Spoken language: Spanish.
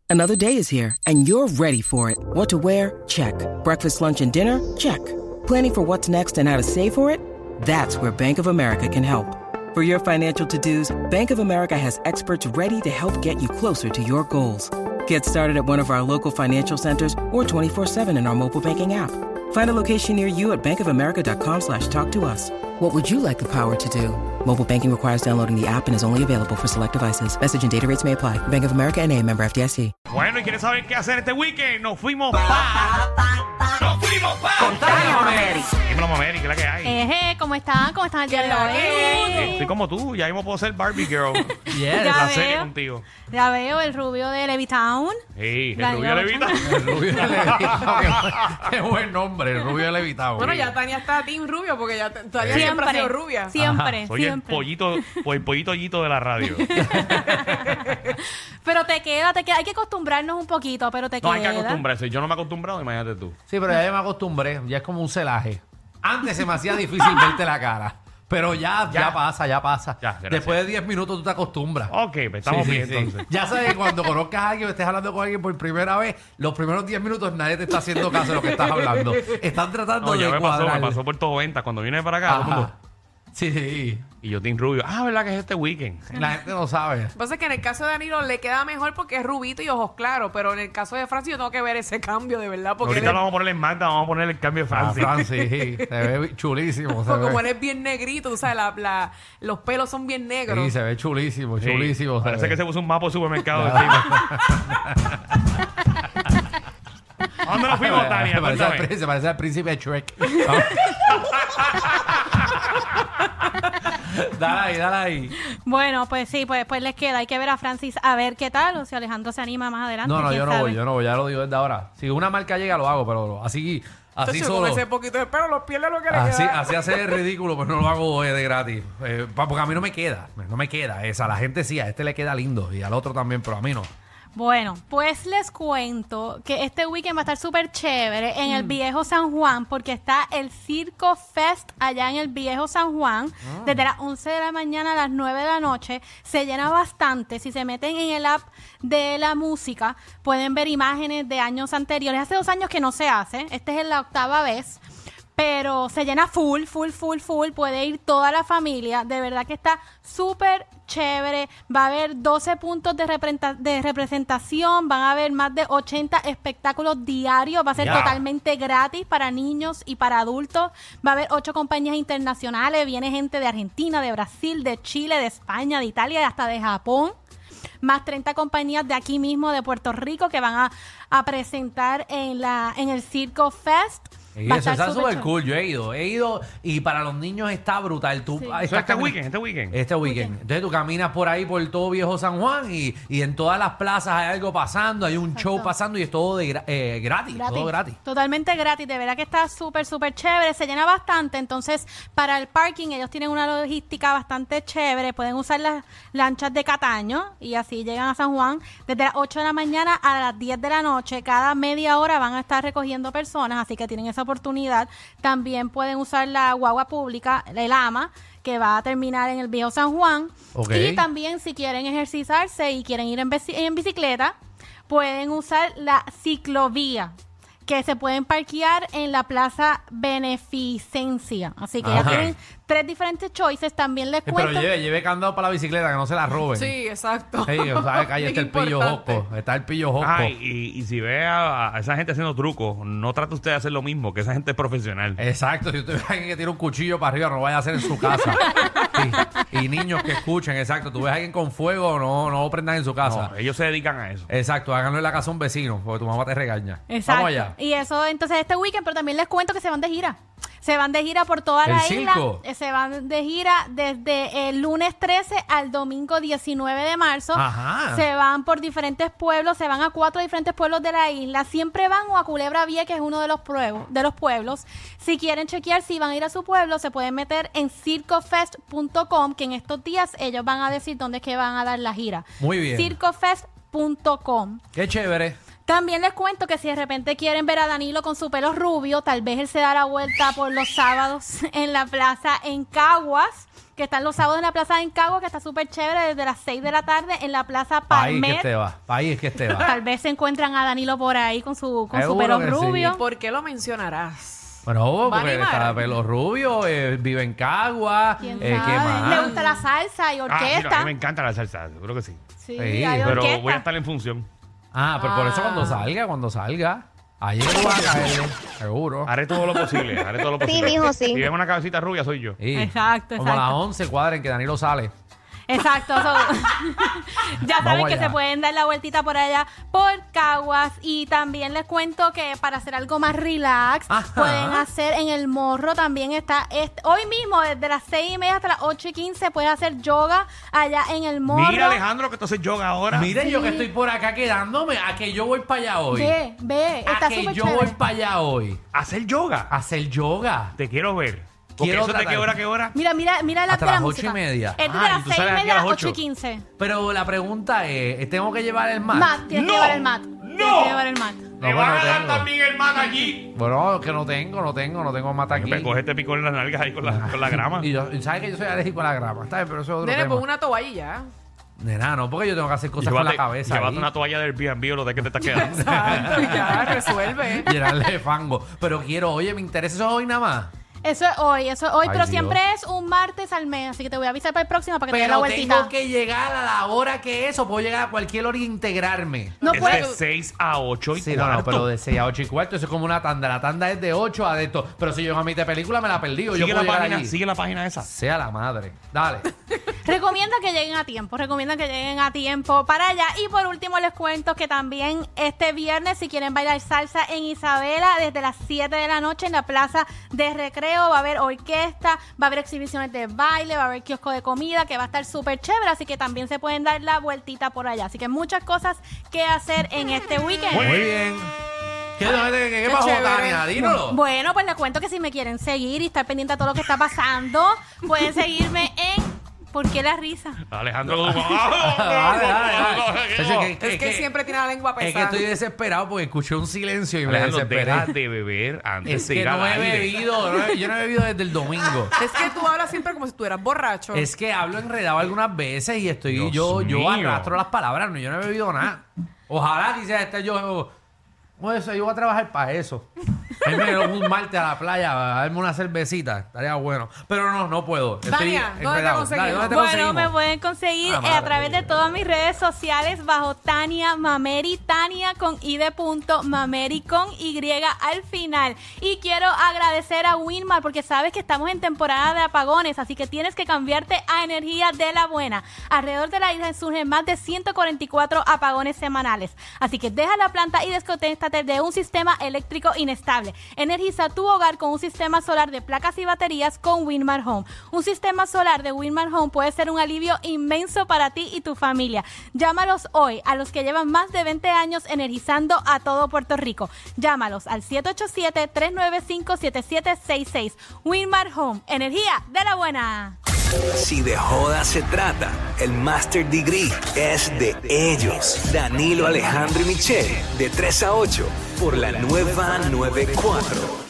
Another day is here, and you're ready for it. What to wear? Check. Breakfast, lunch, and dinner? Check. Planning for what's next and how to save for it? That's where Bank of America can help. For your financial to-dos, Bank of America has experts ready to help get you closer to your goals. Get started at one of our local financial centers or 24/7 in our mobile banking app. Find a location near you at bankofamerica.com/talktous. What would you like the power to do? Mobile banking requires downloading the app and is only available for select devices. Message and data rates may apply. Bank of America N.A., member FDIC. Bueno, ¿y quieres saber qué hacer este weekend? Nos fuimos Contamos, Mary. Dímelo, Mameri, ¿qué es la que hay? ¿Cómo están? ¿Cómo están el día de hoy? Estoy como tú, ya mismo puedo ser Barbie Girl. Ya La serie veo. contigo. Ya veo el rubio de Levitown. Sí, La el rubio digo, Levita. El Rubio de Levitao. Qué buen nombre, el Rubio de Levitao. Bueno, ya Tania está team rubio porque ya Tania siempre ha sido rubia. Siempre, Soy el siempre. pollito hoyito de la radio. Pero te queda. Hay que acostumbrarnos un poquito, pero te No, queda. hay que acostumbrarse. Yo no me he acostumbrado, imagínate tú. Sí, pero ya me acostumbré, ya es como un celaje. Antes se me hacía difícil verte la cara. Pero ya pasa. Ya, gracias. Después de 10 minutos tú te acostumbras. Ok, pues estamos Sí, bien sí. entonces. Ya sabes, cuando conozcas a alguien o estés hablando con alguien por primera vez, los primeros 10 minutos nadie te está haciendo caso de lo que estás hablando. Están tratando No, de ya me cuadrar. pasó por todo venta. Cuando vine para acá, todo el mundo. Ajá. Sí. Y yo Team Rubio. Ah, ¿verdad que es este weekend? La gente no sabe. Lo que pasa es que en el caso de Danilo le queda mejor porque es rubito y ojos claros, pero en el caso de Francis yo tengo que ver ese cambio de verdad porque, Ahorita lo vamos a poner en Magda, vamos a poner el cambio de Francis. Francis, sí. Se ve chulísimo. Se porque como él ve. es bien negrito, tú sabes, los pelos son bien negros. Sí, se ve chulísimo, Sí, chulísimo. se Parece ve. que se puso un mapa de supermercado encima. ¿A dónde nos fuimos, Tania? Cuéntame. Se parece al príncipe Shrek. Dale ahí. Bueno, pues sí, pues les queda. Hay que ver a Francis a ver qué tal. O si Alejandro se anima más adelante. No, quién yo no sabe. voy, ya lo digo desde ahora. Si una marca llega, lo hago, pero así Entonces, solo. con ese poquito de pelo los pierdes lo que le Así, queda. así hacer el ridículo, pues no lo hago de gratis. Porque a mí no me queda esa. A la gente sí, a este le queda lindo y al otro también, pero a mí no. Bueno, pues les cuento que este weekend va a estar súper chévere en el Viejo San Juan porque está el Circo Fest allá en el Viejo San Juan desde las 11 de la mañana a las 9 de la noche. Se llena bastante. Si se meten en el app de la música pueden ver imágenes de años anteriores. Hace 2 años que no se hace. Esta es la 8ª vez. Pero se llena full. Puede ir toda la familia. De verdad que está súper chévere. Va a haber 12 puntos de representación. Van a haber más de 80 espectáculos diarios. Va a ser totalmente gratis para niños y para adultos. Va a haber 8 compañías internacionales. Viene gente de Argentina, de Brasil, de Chile, de España, de Italia y hasta de Japón. Más 30 compañías de aquí mismo, de Puerto Rico, que van a presentar en el Circo Fest. Y Va a eso estar está súper súper cool. Yo he ido y para los niños está brutal. Tú, Sí. Eso es este weekend. Este weekend. Entonces tú caminas por ahí por todo Viejo San Juan y en todas las plazas hay algo pasando, hay un show pasando y es todo gratis. Todo gratis. Totalmente gratis. De verdad que está súper chévere. Se llena bastante. Entonces, para el parking, ellos tienen una logística bastante chévere. Pueden usar las lanchas de Cataño y así llegan a San Juan desde las 8 de la mañana a las 10 de la noche. Cada media hora van a estar recogiendo personas, así que tienen esa oportunidad. También pueden usar la guagua pública, el AMA, que va a terminar en el Viejo San Juan. Ok. Y también si quieren ejercitarse y quieren ir en bicicleta, pueden usar la ciclovía, que se pueden parquear en la Plaza Beneficencia. Así que ya Ajá. tienen 3 diferentes choices. También les Pero cuento. lleve candado para la bicicleta, que no se la roben. Sí, exacto. Sí, o sea, que ahí está el Bien pillo importante. josco. Está el pillo josco. Ay, y si ve a esa gente haciendo trucos, no trate usted de hacer lo mismo, que esa gente es profesional. Exacto, si usted ve a alguien que tiene un cuchillo para arriba, no vaya a hacer en su casa. Sí. Y niños que escuchen, exacto. Tú ves a alguien con fuego, no lo prendan en su casa. No, ellos se dedican a eso. Exacto, háganlo en la casa a un vecino, porque tu mamá te regaña. Exacto. Vamos allá. Y eso entonces este weekend, pero también les cuento que se van de gira. Se van de gira por toda ¿El la circo? isla. Se van de gira desde el lunes 13 al domingo 19 de marzo. Ajá. Se van por diferentes pueblos, se van a 4 diferentes pueblos de la isla. Siempre van o a Culebra Vieja, que es uno de los pueblos. Si quieren chequear si van a ir a su pueblo, se pueden meter en circofest.com, que en estos días ellos van a decir dónde es que van a dar la gira. Muy bien. Circofest.com. Qué chévere. También les cuento que si de repente quieren ver a Danilo con su pelo rubio, tal vez él se da la vuelta por los sábados en la plaza en Caguas, que están los sábados en la plaza en Caguas, que está súper chévere desde las 6 de la tarde en la plaza Palmet. Ahí es que te va. Tal vez se encuentran a Danilo por ahí con su Seguro pelo que sí. rubio. ¿Por qué lo mencionarás? Bueno, ¿Va a porque animar? está pelo rubio, vive en Cagua. ¿Quién ¿Qué sabe? más? Le gusta la salsa y Ah, orquesta. mira, a mí me encanta la salsa, seguro que sí. Sí, Sí, hay Pero orquesta. voy a estar en función. Ah, pero por eso cuando salga. Ahí va a caer, seguro. Haré todo lo posible, haré todo lo posible. mijo, sí. Si ven una cabecita rubia, soy yo. Sí. Exacto, Como a las exacto. 11 cuadren que Danilo sale. Exacto. Ya saben Vamos que allá. se pueden dar la vueltita por allá por Caguas. Y también les cuento que para hacer algo más relax, Ajá. pueden hacer en el Morro. También está hoy mismo, desde las 6:30 hasta las 8:15, puedes hacer yoga allá en el Morro. Mira, Alejandro, que tú haces yoga ahora. Mire, yo que estoy por acá quedándome, a que yo voy para allá hoy. Ve, A está que súper yo chévere. voy para allá hoy. Hacer yoga. A hacer yoga. Te quiero ver. Porque Quiero eso de qué tratar. hora, qué hora. Mira la Hasta de la las música. 8:30. Es desde Ah, y las tú sales aquí 6:30 a a las las 8. 8:15. Pero la pregunta es, ¿tengo que llevar el mat? Matt, tienes que llevar el mat. Tienes que llevar el mat. Me van a dar también el man allí. Bueno, que no tengo mata aquí. Me coge este picón en las nalgas ahí con la grama. Y sabes que yo soy alérgico a la grama. Está bien, pero eso es otro Nene, tema. pon una toallilla. Nena, no, porque yo tengo que hacer cosas con la cabeza. Llévate ahí. una toalla del Airbnb o lo de que te está quedando. Exacto, ya, resuelve. Llenarle de fango. Pero quiero, oye, me interesa eso hoy nada más. Eso es hoy, Ay, pero Dios. siempre es un martes al mes, así que te voy a avisar para el próximo para que te dé la Pero vueltita. tengo que llegar a la hora que es, o puedo llegar a cualquier hora e integrarme. No Es de puedes. 6 a 8 y Sí, cuarto. no, pero de 6 a 8 y cuarto, eso es como una tanda. La tanda es de 8 a de esto. Pero si yo a mitad de película me la perdí, o yo Sigue puedo la llegar página, allí. sigue la página esa. Sea la madre. Dale. Recomienda que lleguen a tiempo para allá. Y por último les cuento que también este viernes, si quieren bailar salsa en Isabela, desde las 7 de la noche en la plaza de recreo, va a haber orquesta, va a haber exhibiciones de baile, va a haber kiosco de comida, que va a estar súper chévere, así que también se pueden dar la vueltita por allá. Así que muchas cosas que hacer en este weekend. Muy bien. ¿Qué Qué pasó, chévere. Tania? Dímelo. Bueno, pues les cuento que si me quieren seguir y estar pendiente a todo lo que está pasando, pueden seguirme en ¿Por qué la risa? Alejandro. Dale. Es que siempre tiene la lengua Es que pesada. estoy desesperado porque escuché un silencio y me Alejandro, desesperé. deja de beber antes Es de que ir al no he aire. bebido, yo no he bebido desde el domingo. Es que tú hablas siempre como si tú eras borracho. Es que hablo enredado algunas veces y estoy Dios yo mío. arrastro las palabras, no, yo no he bebido nada. Ojalá quisiera estar yo. Bueno, yo voy a trabajar para eso. A mí me dio un martes a la playa a darme una cervecita, estaría bueno. Pero no puedo. Estoy Tania, ¿dónde te enredado. conseguimos? Dale, ¿dónde te Bueno, conseguimos? me pueden conseguir Ah, madre a través de mía. todas mis redes sociales bajo Tania Mameri, Tania con I de punto, Mameri con Y al final. Y quiero agradecer a Winmar porque sabes que estamos en temporada de apagones, así que tienes que cambiarte a energía de la buena. Alrededor de la isla surgen más de 144 apagones semanales, así que deja la planta y desconéctate de un sistema eléctrico inestable. Energiza tu hogar con un sistema solar de placas y baterías con Winmar Home. Un sistema solar de Winmar Home puede ser un alivio inmenso para ti y tu familia. Llámalos hoy a los que llevan más de 20 años energizando a todo Puerto Rico. Llámalos al 787-395-7766. Winmar Home, energía de la buena. Si de joda se trata, el Master Degree es de ellos. Danilo, Alejandro y Michelle, de 3 a 8, por la nueva 94.